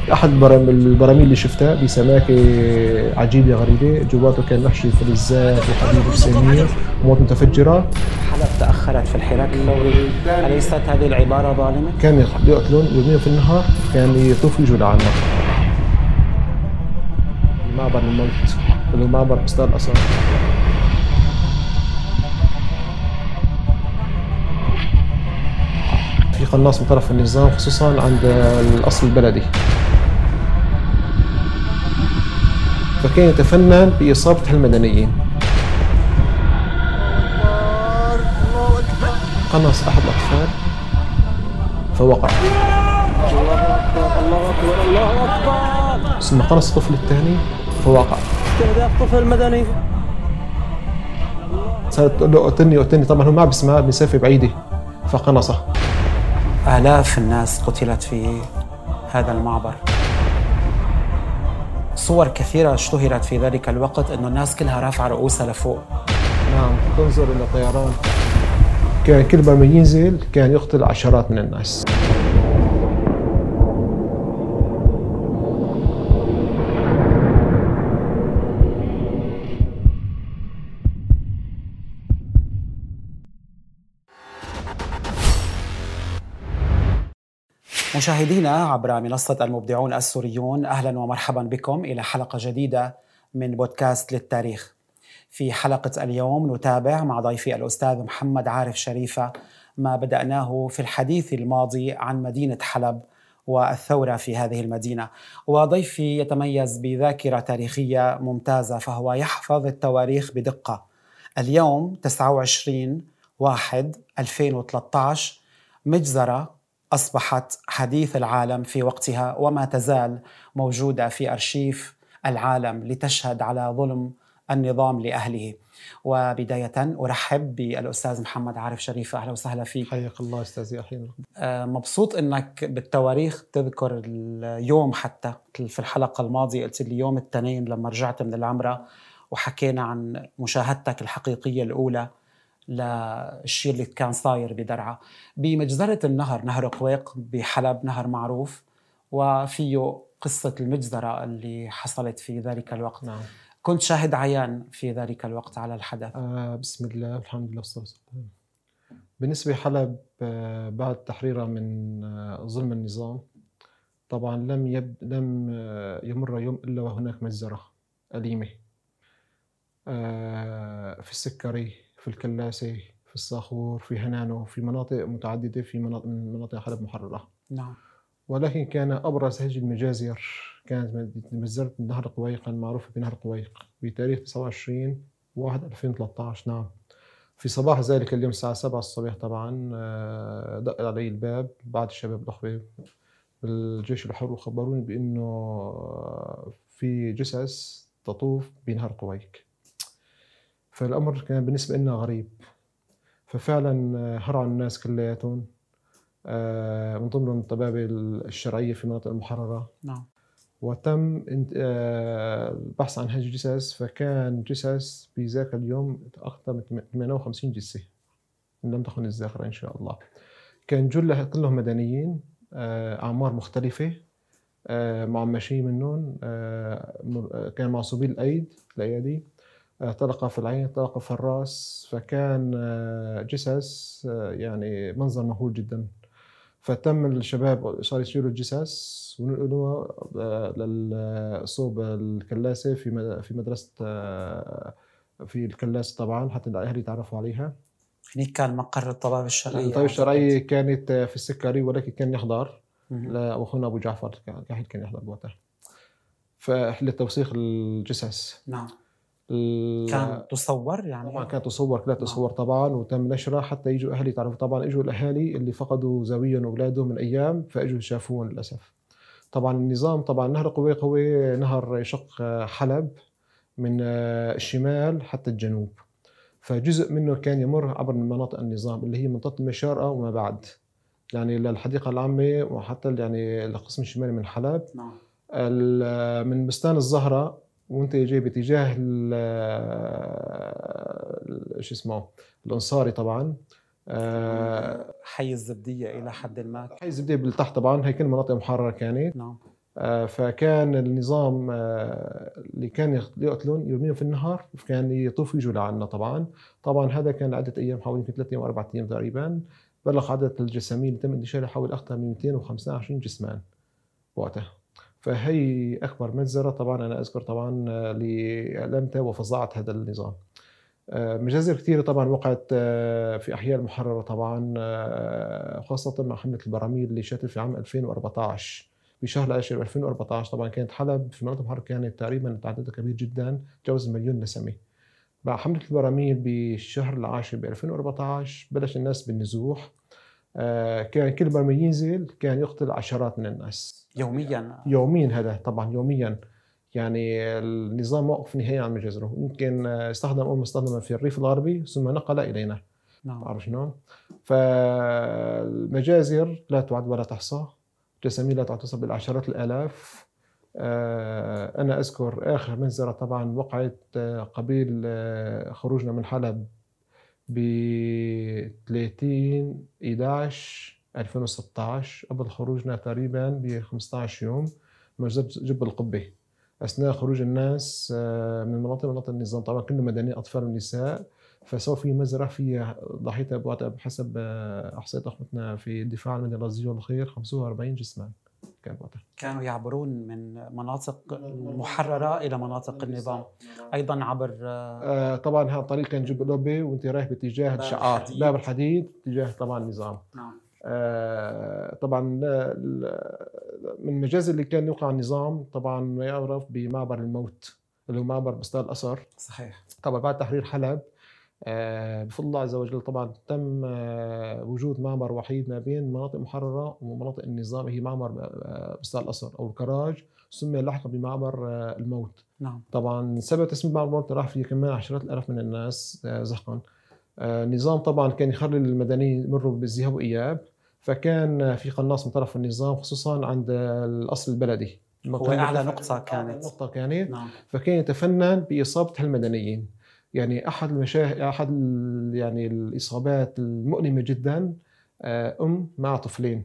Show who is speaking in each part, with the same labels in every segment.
Speaker 1: أحد البراميل اللي شفتها بسماكة عجيبة غريبة، جواته كان محشي فلزات وحديد وسامير ومواد متفجرة.
Speaker 2: حلب تأخرت في الحراك الثوري، أليست هذه العبارة ظالمة؟
Speaker 1: كان يقتلون يرميهم في النهر، كان يطوفوا يجوا لعنا. معبر الموت اللي هو معبر بستان الأسد. في قناص من طرف النظام خصوصا عند الأصل البلدي، فكان يتفنن بإصابة المدنيين. قنص أحد الأطفال فوقع.
Speaker 2: الله أكبر الله أكبر.
Speaker 1: ثم قنص الطفل الثاني فوقع.
Speaker 2: استهداف طفل مدني.
Speaker 1: صارت تقول له قتلني، طبعا هو ما بيسمع، بمسافة بعيدة فقنصه.
Speaker 2: آلاف الناس قتلت في هذا المعبر. صور كثيرة اشتهرت في ذلك الوقت أنه الناس كلها رافعة رؤوسها لفوق.
Speaker 1: نعم، تنظر إلى طيران. كان كل ما ينزل كان يقتل عشرات من الناس.
Speaker 2: مشاهدينا عبر منصة المبدعون السوريون، أهلا ومرحبا بكم إلى حلقة جديدة من بودكاست للتاريخ. في حلقة اليوم نتابع مع ضيفي الأستاذ محمد عارف شريفة ما بدأناه في الحديث الماضي عن مدينة حلب والثورة في هذه المدينة. وضيفي يتميز بذاكرة تاريخية ممتازة، فهو يحفظ التواريخ بدقة. اليوم 29/1/2013 مجزرة أصبحت حديث العالم في وقتها، وما تزال موجودة في أرشيف العالم لتشهد على ظلم النظام لأهله. وبداية أرحب بالأستاذ محمد عارف شريفة، أهلا وسهلا فيك.
Speaker 1: حياك الله أستاذي أحيانا.
Speaker 2: مبسوط أنك بالتواريخ تذكر اليوم، حتى في الحلقة الماضية قلت لي يوم الاثنين لما رجعت من العمرة، وحكينا عن مشاهدتك الحقيقية الأولى للشيء اللي كان صاير بدرعا. بمجزرة النهر، نهر قويق بحلب، نهر معروف وفيه قصة المجزرة اللي حصلت في ذلك الوقت.
Speaker 1: نعم.
Speaker 2: كنت شاهد عيان في ذلك الوقت على الحدث.
Speaker 1: بسم الله والحمد لله والصلاة والسلام. بالنسبة لحلب بعد تحريرها من ظلم النظام، طبعا لم يمر يوم إلا وهناك مجزرة أليمة في السكري، في الكلاسة، في الصاخور، في هنانو، في مناطق متعددة، في من مناطق حلب محررة.
Speaker 2: نعم.
Speaker 1: ولكن كان أبرز هذه المجازر كانت مجزرة نهر قويق، المعروفة بنهر قويق، بتاريخ 29/1/2013. نعم. في صباح ذلك اليوم الساعة 7 الصباح طبعا دق علي الباب بعض الشباب الأخوة بالجيش الحر وخبروني بأنه في جثث تطوف بنهر قويق. فالأمر كان بالنسبة لنا غريب، ففعلا هرعوا الناس كلياتهم، من ضمنهم الطبابة الشرعية في المناطق المحررة.
Speaker 2: نعم.
Speaker 1: وتم البحث عن هذه الجثث، فكان جثث بذاك اليوم أكثر من 58 جثة إن لم تخن الذاكرة إن شاء الله. كان كلهم مدنيين، أعمار مختلفة، معمشين منهم، كان معصوبين الأيدي، طلقة في العين، طلقة في الرأس، فكان جثث يعني منظر مهول جدا. فتم الشباب صار يشيلوا الجثث ونقلوها للصوب الكلاسة في مدرسة في الكلاسة طبعا حتى الأهل يتعرفوا عليها.
Speaker 2: هنيك كان مقر الطبابة الشرعية.
Speaker 1: الطبابة الشرعية كانت في السكري، ولكن كان يحضر
Speaker 2: وأخونا
Speaker 1: أبو جعفر كان يحضر بوقتها لتوثيق الجثث.
Speaker 2: نعم. كان تصور يعني؟
Speaker 1: طبعا كان تصور، كلها تصور طبعا، وتم نشرها حتى يجوا أهلي يتعرفوا. طبعا اجوا الأهالي اللي فقدوا زويهم وأولادهم من أيام، فاجوا شافوهم للأسف. طبعا النظام، طبعا نهر قويق هو نهر يشق حلب من الشمال حتى الجنوب، فجزء منه كان يمر عبر مناطق النظام اللي هي منطقة المشارقة وما بعد، يعني للحديقة العامة وحتى يعني القسم الشمالي من حلب.
Speaker 2: نعم.
Speaker 1: من بستان الزهرة وانت جاي باتجاه شو اسمه الانصاري طبعا،
Speaker 2: حي الزبدية الى حد ما.
Speaker 1: حي الزبدية بالتحت طبعا، هي كل مناطق محررة كانت.
Speaker 2: نعم.
Speaker 1: فكان النظام اللي كان يقتلون يوميا في النهار كان يطوف يجوا لعنا. طبعا هذا كان عدة أيام، حوالي 3 أيام أو 4 أيام تقريبا. بلغ عدد الجسامين اللي تم انتشارها حوالي أكثر من 225 جسمان وقتها. فهي أكبر مجزرة طبعا أنا أذكر طبعا اللي ألمتها وفظعت هذا النظام. مجازر كثيرة طبعا وقعت في أحياء المحررة طبعا، خاصة مع حملة البراميل اللي شهدت في عام 2014 بشهر العاشر 2014. طبعا كانت حلب في مناطق المحررة كانت تقريبا عددها كبير جدا، تجاوز المليون نسمة. مع حملة البراميل بالشهر العاشر ب 2014 بلش الناس بالنزوح. كان كل ما ينزل كان يقتل عشرات من الناس يوميا. هذا طبعا يوميا، يعني النظام وقف نهائيا عن مجازره. يمكن استخدم في الريف الغربي ثم نقل الينا. بعرف شنو. فالمجازر لا تعد ولا تحصى، جسامين لا تصل بالعشرات الالاف. انا اذكر اخر مجزره طبعا وقعت قبيل خروجنا من حلب ب 30/11/2016 قبل خروجنا تقريبا ب 15 يوم، مجزرة جب القبة. أثناء خروج الناس من مناطق النظام، طبعا كلهم مدنيين أطفال ونساء. فسوف في مزرعة فيها ضحيتها بحسب إحصائيات أخوتنا في الدفاع عن المدينة الرازية والخير 45 جسما
Speaker 2: كانوا يعبرون من مناطق محررة إلى مناطق النظام. أيضا عبر
Speaker 1: طبعا هذا الطريق كان جب لوبي وانت رايح باتجاه الشعار باب الحديد اتجاه طبعا النظام. طبعا من المجازر اللي كان يوقع النظام طبعا ما يعرف بمعبر الموت اللي هو معبر بستان الأسر.
Speaker 2: صحيح.
Speaker 1: طبعا بعد تحرير حلب بفضل الله عز وجل طبعا تم وجود معبر وحيد ما بين مناطق محررة ومناطق النظام، هي معبر بستان الأسر أو الكراج، سمي لاحقا بمعبر الموت. طبعا سبب تسمية معبر الموت راح فيه كمان عشرات الآلاف من الناس زحقا. النظام طبعا كان يخلي المدنيين يمروا بالذهاب وإياب، فكان في قناص من طرف النظام خصوصا عند الأصل البلدي،
Speaker 2: هو أعلى نقطة كانت.
Speaker 1: فكان يتفنن بإصابة هالمدنيين. يعني أحد يعني الإصابات المؤلمة جدا مع طفلين.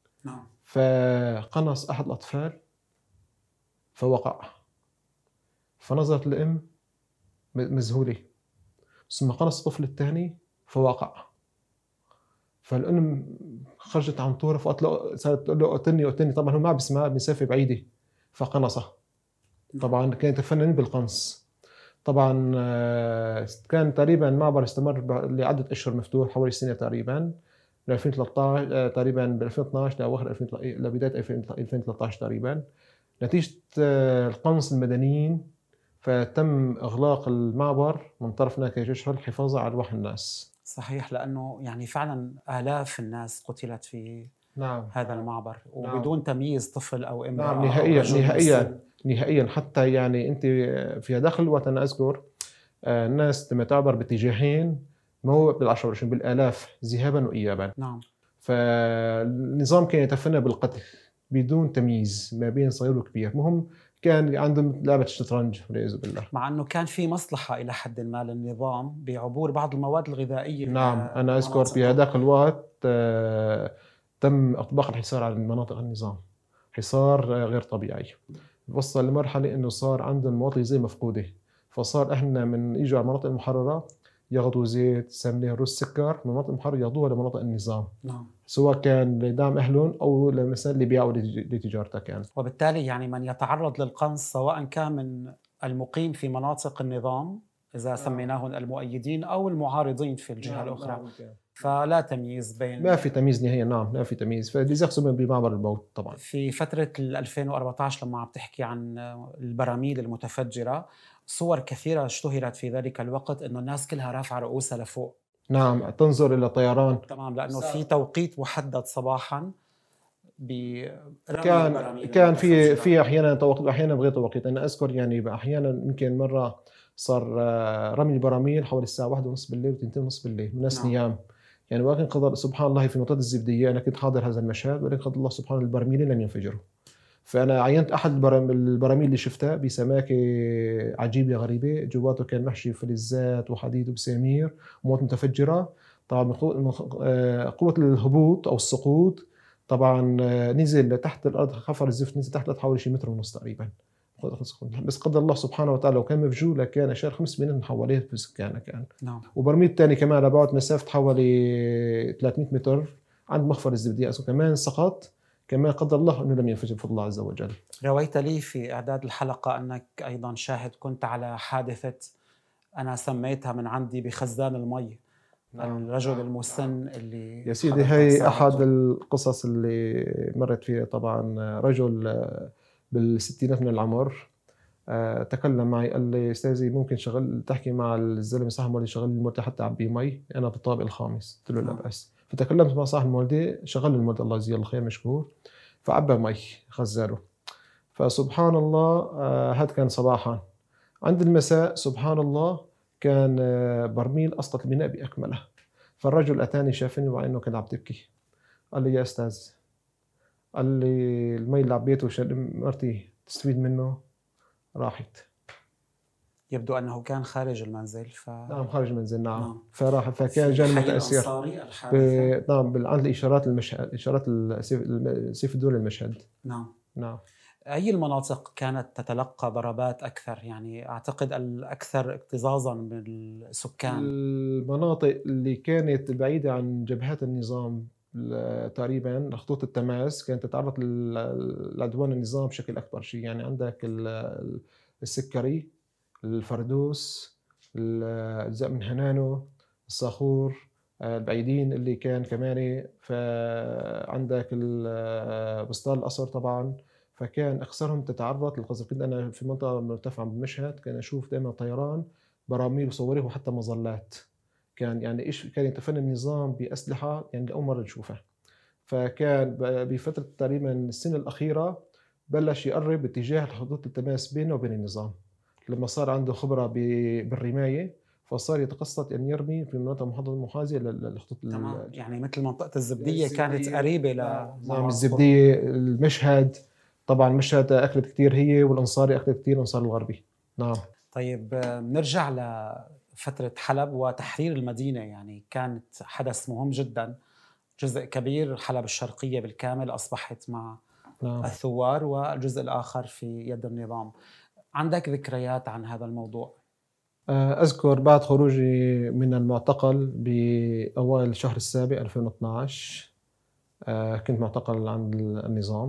Speaker 1: فقنص أحد الأطفال فوقع، فنظرت الأم مذهولة، ثم قنص الطفل الثاني فوقع. فالأم خرجت عن طوره فقالت له، صارت تقول له قتلني. طبعا هو ما بيسمع، مسافة بعيدة، فقنصه. طبعا كان يتفنن بالقنص. طبعا كان تقريبا معبر استمر لعدة أشهر مفتوح حوالي سنة تقريبا ل 2013 تقريبا ب 2012 لأواخر لبداية 2013 تقريبا، نتيجة القنص المدنيين. فتم إغلاق المعبر من طرفنا كجيش حر حفاظا على أرواح الناس.
Speaker 2: صحيح، لأنه يعني فعلا آلاف الناس قتلت في هذا المعبر وبدون تمييز طفل أو امرأة.
Speaker 1: نهائيا حتى يعني أنت في داخل الوطن أنا أذكر الناس لما تعبر باتجاهين مو بال10 بالآلاف ذهابا وإيابا. فالنظام كان يتفنى بالقتل بدون تمييز ما بين صغير وكبير، مهم كان عندهم لعبة الشطرنج والعياذ بالله.
Speaker 2: مع أنه كان في مصلحة إلى حد ما للنظام بعبور بعض المواد الغذائية.
Speaker 1: أنا أذكر في هذاك الوقت تم إطباق الحصار على مناطق النظام، حصار غير طبيعي، وصل لمرحلة إنه صار عندهم المواد زي مفقودة. فصار إحنا من يجوا على المناطق المحررة ياخذوا زيت، سمنة، رز، سكر من المناطق المحررة ياخذوها لمناطق النظام. سواء كان لدعم أهلهم أو مثلا اللي بيعوا لتجارته كان.
Speaker 2: وبالتالي يعني من يتعرض للقنص سواء كان من المقيم في مناطق النظام إذا سميناهم المؤيدين أو المعارضين في الجهة الأخرى، فلا تمييز بين،
Speaker 1: ما في تمييز نهائيا. لا في تمييز. فلذلك بمعبر الموت. طبعا
Speaker 2: في فترة 2014 لما عم تحكي عن البراميل المتفجرة، صور كثيرة اشتهرت في ذلك الوقت إنه الناس كلها رافعة رؤوسها لفوق.
Speaker 1: تنظر إلى طيران.
Speaker 2: تمام، لأنه في توقيت محدد صباحا
Speaker 1: كان في أحيانا توقيت وأحيانا بغير توقيت. أنا أذكر يعني أحيانا يمكن مرة صار رمي البراميل حوالي الساعة 1:30 بالليل و2:30 بالليل والناس نيام. يعني ولكن قدر سبحان الله في منطقة الزبدية أنا كنت حاضر هذا المشهد، ولكن قدر الله سبحانه البراميل لم ينفجروا. فأنا عينت أحد البراميل اللي شفتها بسماكة عجيبة غريبة، جواته كان محشي فلزات وحديد وبسامير ومواد متفجرة. طبعا من قوة الهبوط أو السقوط طبعا نزل لتحت الارض، خفر الزفت نزل تحت الارض حوالي شي متر ونص تقريبا. بس قدر الله سبحانه وتعالى لو كان مفجوله كان اشار 5 بنات من حواليه في سكانه كان.
Speaker 2: نعم.
Speaker 1: وبرميل الثاني كمان على بعد مسافه حوالي 300 متر عند مخفر الزبديه كمان سقط، كمان قدر الله انه لم ينفجر بفضل الله عز وجل.
Speaker 2: رويت لي في اعداد الحلقه انك ايضا شاهد كنت على حادثه انا سميتها من عندي بخزان المي. نعم. الرجل المسن اللي
Speaker 1: يا سيدي هي احد القصص اللي مرت فيها. طبعا رجل بالستينات من العمر تكلم معي قال لي استاذي ممكن تحكي مع الزلمه صاحب المولدي شغل المولدي حتى اعبي مي، انا بالطابق الخامس. قلت له لا باس. فتكلمت مع صاحب المولدي شغل المولدي الله يجزيه الخير مشكور، فعبى مي خزانه. فسبحان الله هذا كان صباحا. عند المساء سبحان الله كان برميل اسقط البناء باكمله. فالرجل اتاني شافني وعينه كان عم تبكي، قال لي يا استاذ، قال لي المي اللي عبيته مرتي تستفيد منه راحت.
Speaker 2: يبدو انه كان خارج المنزل
Speaker 1: نعم خارج المنزل. نعم. فراح فكان جاني متاثر نعم عند الاشارات المشهد، اشارات سيف الدولة المشهد.
Speaker 2: نعم.
Speaker 1: نعم.
Speaker 2: أي المناطق كانت تتلقى ضربات أكثر؟ يعني أعتقد الأكثر اكتظاظاً بالسكان.
Speaker 1: المناطق اللي كانت بعيدة عن جبهات النظام تقريباً خطوط التماس كانت تتعرض لعدوان النظام بشكل أكبر شيء. يعني عندك السكري، الفردوس، الأجزاء من هنانو، الصاخور، البعيدين اللي كان كمان. فعندك بسطال القصر طبعاً. فكان أكثرهم تتعرض للقذف. كنت أنا في منطقة مرتفعة بالمشهد كان أشوف دائما طيران، براميل وصواريخ وحتى مظلات. كان يعني إيش كان يتفنن النظام بأسلحة يعني لأول مرة نشوفها. فكان بفترة تقريبا السنة الأخيرة بلش يقرب اتجاه خطوط التماس بينه وبين النظام، لما صار عنده خبرة بالرماية فصار يتقصد أن يرمي في مناطق محاذية للخطوط.
Speaker 2: تمام. يعني مثل منطقة الزبدية كانت قريبة
Speaker 1: نعم الزبدية، المشهد طبعا مشهد أكلت كتير هي، والأنصاري أكلت كتير الأنصار الغربي. نعم.
Speaker 2: طيب نرجع لفترة حلب وتحرير المدينة. يعني كانت حدث مهم جدا، جزء كبير حلب الشرقية بالكامل أصبحت مع نعم. الثوار، والجزء الآخر في يد النظام. عندك ذكريات عن هذا الموضوع؟
Speaker 1: أذكر بعد خروجي من المعتقل بأوائل الشهر السابع 2012 كنت معتقل عند النظام.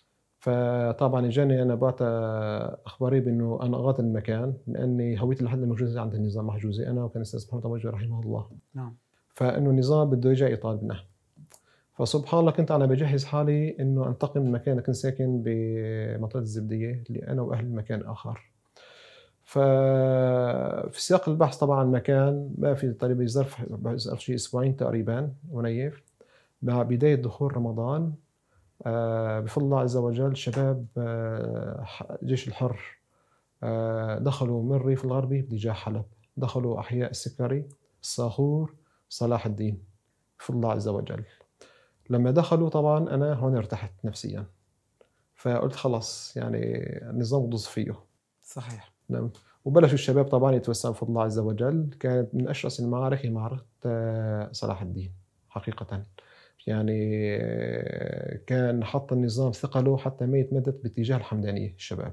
Speaker 1: فطبعا اجاني انا بعت اخباري بانه انا اغادر المكان لاني هويتي لحد موجوده عند النظام محجوزه، انا وكان الاستاذ محمد موجود رحمه الله.
Speaker 2: نعم.
Speaker 1: فانه النظام بده يجي يطالبنا. فسبحان الله كنت انا بجهز حالي انه انتقل من مكان كنت ساكن بمنطقه الزبديه اللي انا واهل المكان اخر. ففي سياق البحث طبعا المكان ما في تقريبا ظرف شيء اسبوعين تقريبا ونيف مع بدايه دخول رمضان. بفضل الله عز وجل شباب جيش الحر دخلوا من الريف الغربي باتجاه حلب، دخلوا أحياء السكري، الصاخور، صلاح الدين بفضل الله عز وجل. لما دخلوا طبعا أنا هون ارتحت نفسيا، فقلت خلص يعني النظام ضز فيه.
Speaker 2: صحيح.
Speaker 1: نعم. وبلشوا الشباب طبعا يتوسعوا بفضل الله عز وجل. كانت من أشرس المعارك هي معركة صلاح الدين حقيقة. يعني كان حط النظام ثقله حتى ما يتمدد باتجاه الحمدانية الشباب.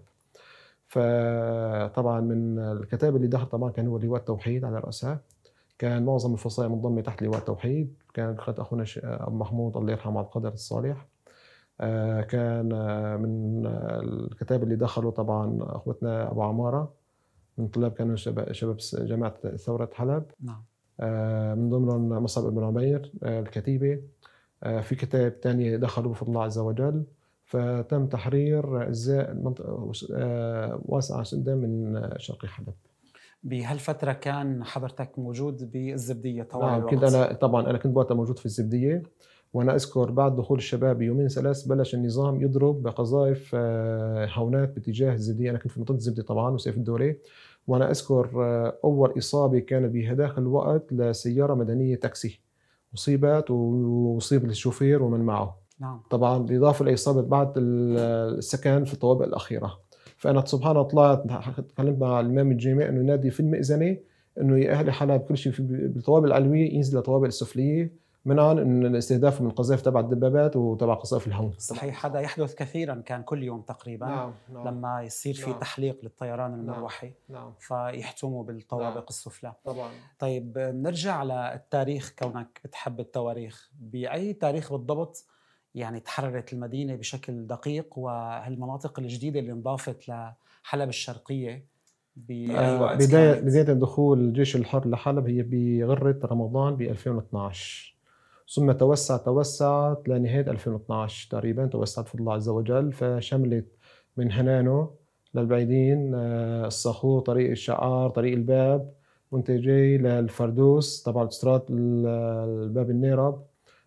Speaker 1: فطبعا من الكتاب اللي دخل طبعا كان هو لواء التوحيد على رأسها. كان معظم الفصائل منضمة تحت لواء التوحيد. كان أخونا أبو محمود الله يرحمه عبد القادر الصالح. كان من الكتاب اللي دخلوا طبعا أخوتنا أبو عمارة من طلاب كانوا شباب جماعة ثورة حلب.
Speaker 2: نعم.
Speaker 1: من ضمنهم مصعب بن عمير الكتيبة. في كتاب تاني دخلوا بفضل الله عز وجل. فتم تحرير أجزاء منطقة واسعة جدا من شرق حلب.
Speaker 2: بهالفترة كان حضرتك موجود بالزبدية طوال
Speaker 1: الوقت؟ كنت أنا طبعا أنا كنت وقتها موجود في الزبدية. وأنا أذكر بعد دخول الشباب بيومين ثلاث بلش النظام يضرب بقذائف هونات باتجاه الزبدية. أنا كنت في منطقة الزبدية طبعا وسيف الدولة. وأنا أذكر أول إصابة كانت بهداك الوقت لسيارة مدنية تاكسي، أصيبت وأصيب الشوفير ومن معه.
Speaker 2: نعم.
Speaker 1: طبعا بالإضافة لإصابة بعض السكن في الطوابق الأخيرة. فأنا سبحان الله طلعت تكلمت مع الإمام الجامع إنه ينادي في المئذنة إنه يا أهل حلب كل شيء بالطوابق العلوية ينزل للطوابق السفلية منعا إن الاستهداف من القذائف تبع الدبابات وتبع قذائف الهون.
Speaker 2: صحيح، هذا يحدث كثيرا، كان كل يوم تقريبا.
Speaker 1: نعم.
Speaker 2: لما يصير في تحليق للطيران المروحي فيحتموا بالطوابق السفلى.
Speaker 1: طبعا.
Speaker 2: طيب نرجع على التاريخ، كونك بتحب التواريخ، بأي تاريخ بالضبط يعني تحررت المدينة بشكل دقيق، وهالمناطق الجديدة اللي انضافت لحلب الشرقية بأي وقت
Speaker 1: بداية دخول الجيش الحر لحلب هي بغرة رمضان ب 2012، ثم توسعت لنهاية 2012 تقريبا، توسعت بفضل الله عز وجل، فشملت من هنانو للبعيدين، الصخور، طريق الشعار، طريق الباب، وانت جاي للفردوس طبعا استراد الباب النيرب،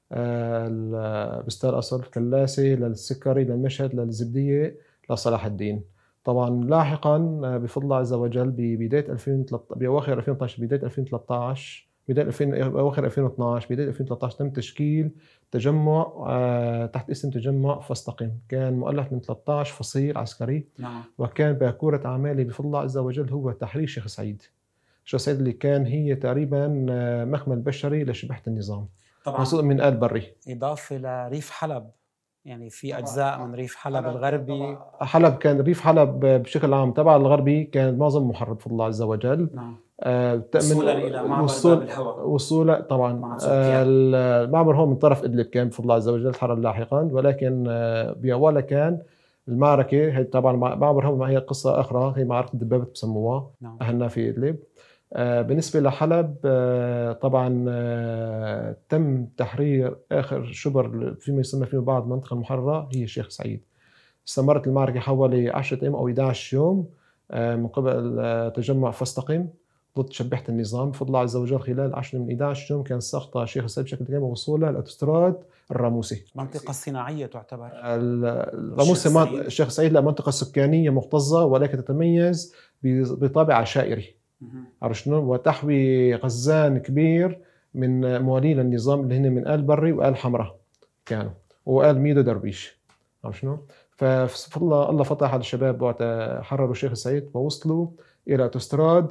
Speaker 1: بستان أصل كلاسي، للسكري، للمشهد، للزبدية، لصلاح الدين. طبعا لاحقا بفضل الله عز وجل ببداية 2013 بأواخر 2012 بداية 2013 أواخر 2012 بداية 2013 تم تشكيل تجمع تحت اسم تجمع فاستقم، كان مؤلف من 13 فصيل عسكري. وكان باكورة أعماله بفضل الله عز وجل هو تحرير شيخ سعيد. شيخ سعيد اللي كان هي تقريبا مخمل بشري لشبحة النظام، طبعا من آل بري،
Speaker 2: إضافة لريف حلب. يعني في أجزاء من ريف حلب الغربي،
Speaker 1: حلب كان ريف حلب بشكل عام تبع الغربي كان معظم محرر بفضل الله عز وجل.
Speaker 2: وصولا إلى معبر باب الهواء،
Speaker 1: وصولا طبعا المعبر هو من طرف إدلب كان بفضل الله عز وجل تحرر لاحقا، ولكن بأوله كان المعركة هي طبعا معبر هو هي قصة أخرى، هي معركة الدبابة بسموها أهلنا في إدلب. بالنسبة لحلب طبعا تم تحرير آخر شبر فيما يسمى فيما بعد المنطقة المحررة هي الشيخ سعيد. استمرت المعركة حوالي 10 أيام أو 11 يوم من قبل تجمع فاستقم ضد شبيحة النظام. بفضل الله عز وجل خلال 10 من 11 يوم كان سقط الشيخ سعيد بشكل تام ووصوله لأوتوستراد الراموسي،
Speaker 2: منطقة صناعية تعتبر.
Speaker 1: الراموسي الشيخ سعيد لا منطقة سكانية مكتظة، ولكن تتميز بطابع عشائري، عرفت شنو، وتحوي خزان كبير من موالين النظام اللي هن من آل بري وآل حمراء كانوا وآل ميدو درويش، عرفت شنو. ففضل الله فتح على الشباب وقت حرروا الشيخ سعيد ووصلوا إلى أوتوستراد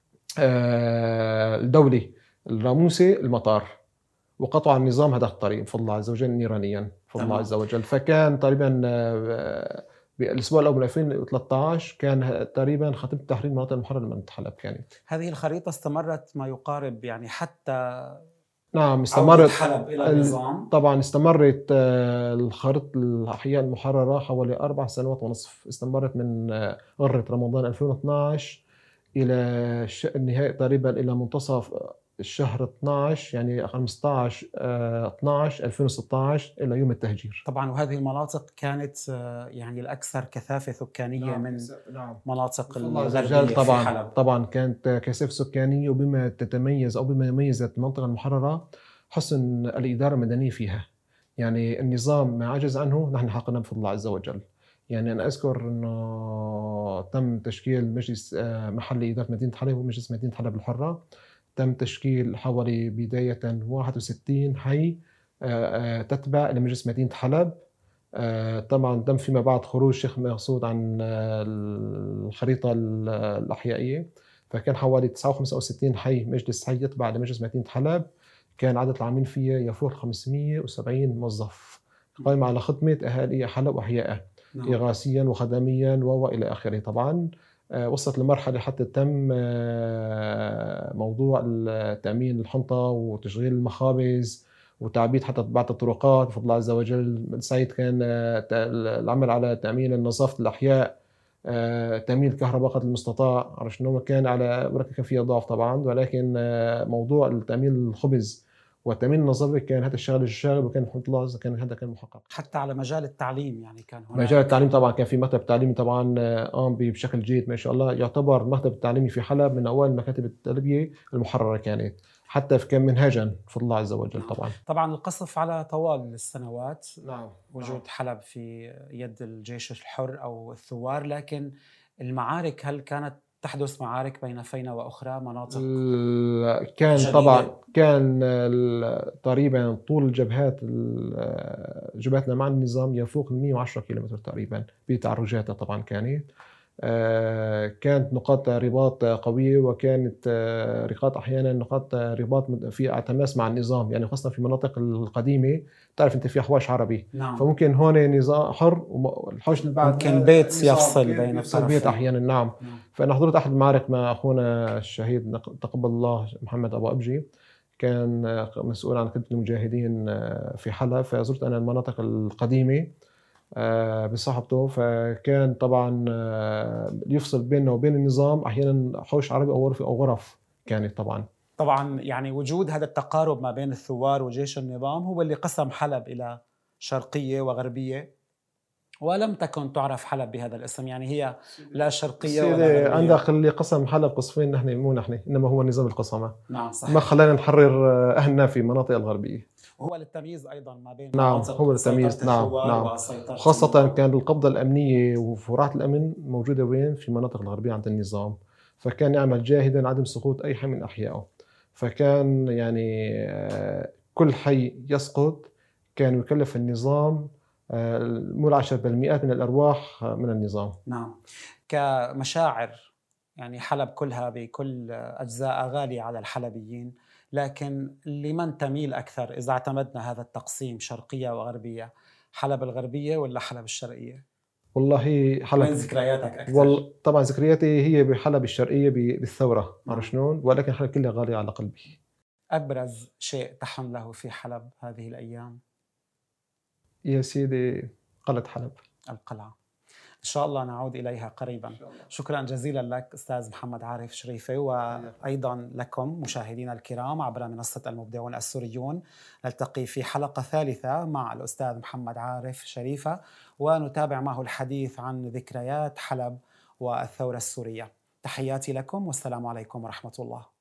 Speaker 1: الدولي الراموسي المطار، وقطع النظام هذا الطريق بفضل الله عز وجل نيرانيا بفضل الله عز وجل. فكان تقريبا بالاسبوع الاول 2013 كان تقريبا ختم تحرير المناطق المحرره من حلب. كانت
Speaker 2: هذه الخريطه استمرت ما يقارب يعني حتى
Speaker 1: نعم استمرت
Speaker 2: حلب الى النظام.
Speaker 1: طبعا استمرت الخريطه الاحياء المحرره حوالي 4 سنوات ونصف، استمرت من غرة رمضان 2012 الى النهايه تقريبا الى منتصف الشهر 12 يعني 15 12 2016 الى يوم التهجير.
Speaker 2: طبعا وهذه المناطق كانت يعني الاكثر كثافه سكانيه من مناطق الغربيه
Speaker 1: طبعا
Speaker 2: في حلب.
Speaker 1: طبعا كانت كثافه سكانيه، وبما تتميز او بما يميزت المنطقه المحرره حسن الاداره المدنيه فيها. يعني النظام ما عجز عنه نحن حققنا بفضل الله عز وجل. يعني انا اذكر انه تم تشكيل مجلس محلي اداره مدينه حلب ومجلس مدينه حلب الحره. تم تشكيل حوالي بداية 61 حي تتبع لمجلس مدينة حلب. طبعا تم فيما بعد خروج الشيخ مقصود عن الخريطة الأحيائية، فكان حوالي 69 حي مجلس حي يتبع لمجلس مدينة حلب. كان عدد العاملين فيها يفوق 570 موظف قائم على خدمة أهالي حلب وأحيائها إغاثيا وخدميا وإلى آخره. طبعا وصلت لمرحلة حتى تم موضوع تأمين الحنطة وتشغيل المخابز وتعبيد حتى بعض الطرقات بفضل الله عز وجل. سعيد كان العمل على تأمين نظافة الأحياء، تأمين الكهرباء قدر المستطاع، عرفت شنو. كان على كان فيها ضعف طبعا، ولكن موضوع تأمين الخبز والتأمين النظافي كان هذا الشغل وكان الحمد لله كان هذا كان محقق.
Speaker 2: حتى على مجال التعليم يعني كان هناك
Speaker 1: مجال التعليم طبعا كان في مكتب تعليمي طبعا قام بشكل جيد ما شاء الله. يعتبر المكتب التعليمي في حلب من أوائل المكاتب التربية المحررة كانت، حتى كان منهجا بفضل الله عز وجل.
Speaker 2: طبعا القصف على طوال السنوات
Speaker 1: نعم.
Speaker 2: وجود حلب في يد الجيش الحر أو الثوار، لكن المعارك هل كانت تحدث معارك بين فينة وأخرى مناطق؟
Speaker 1: كان جديدة. طبعا كان تقريبا طول جبهاتنا مع النظام يفوق 110 كيلومتر تقريبا بتعرجاتها طبعا كانت. كانت نقاط رباط قوية، وكانت نقاط أحيانا نقاط رباط فيها تماس مع النظام، يعني خاصة في المناطق القديمة تعرف أنت في أحواش عربي.
Speaker 2: نعم.
Speaker 1: فممكن هون نظام حر والحوش اللي بعد
Speaker 2: ممكن بيت يفصل بين
Speaker 1: يفصل
Speaker 2: الطرفين.
Speaker 1: بيت أحيانا. نعم. فأنا حضرت أحد المعارك مع أخونا الشهيد تقبل الله محمد أبو أبجي، كان مسؤول عن خدمة المجاهدين في حلب، فزرت أنا المناطق القديمة بصاحبته. فكان طبعا يفصل بيننا وبين النظام أحيانا حوش عربي أو غرفة أو غرف كانت.
Speaker 2: طبعا يعني وجود هذا التقارب ما بين الثوار وجيش النظام هو اللي قسم حلب إلى شرقية وغربية، ولم تكن تعرف حلب بهذا الاسم، يعني هي لا شرقية ولا غربية.
Speaker 1: عندك اللي قسم حلب قصفين، نحن مو نحن، إنما هو النظام القسمة.
Speaker 2: نعم صحيح.
Speaker 1: ما خلانا نحرر أهلنا في المناطق الغربية.
Speaker 2: وهو للتمييز أيضا ما بين
Speaker 1: نعم هو للتمييز. نعم خاصة كان القبضة الأمنية وفروعات الأمن موجودة وين؟ في المناطق الغربية عند النظام، فكان يعمل جاهدا عدم سقوط أي حي من أحيائه. فكان يعني كل حي يسقط كان يكلف النظام مو العشر بل مئات من الأرواح من النظام.
Speaker 2: نعم. كمشاعر يعني حلب كلها بكل أجزاء غالية على الحلبيين، لكن لمن تميل أكثر إذا اعتمدنا هذا التقسيم شرقية وغربية؟ حلب الغربية ولا حلب الشرقية؟
Speaker 1: والله حلب.
Speaker 2: وين ذكرياتك أكثر؟
Speaker 1: طبعا ذكرياتي هي بحلب الشرقية بالثورة. عرفت شلون؟ ولكن حلب كلها غالية على قلبي.
Speaker 2: أبرز شيء تحمله في حلب هذه الأيام؟
Speaker 1: يا سيدي قلعة حلب.
Speaker 2: القلعة. إن شاء الله نعود إليها قريبا. شكرا جزيلا لك أستاذ محمد عارف شريفة، وأيضا لكم مشاهدينا الكرام عبر منصة المبدعون السوريون. نلتقي في حلقة ثالثة مع الأستاذ محمد عارف شريفة، ونتابع معه الحديث عن ذكريات حلب والثورة السورية. تحياتي لكم والسلام عليكم ورحمة الله.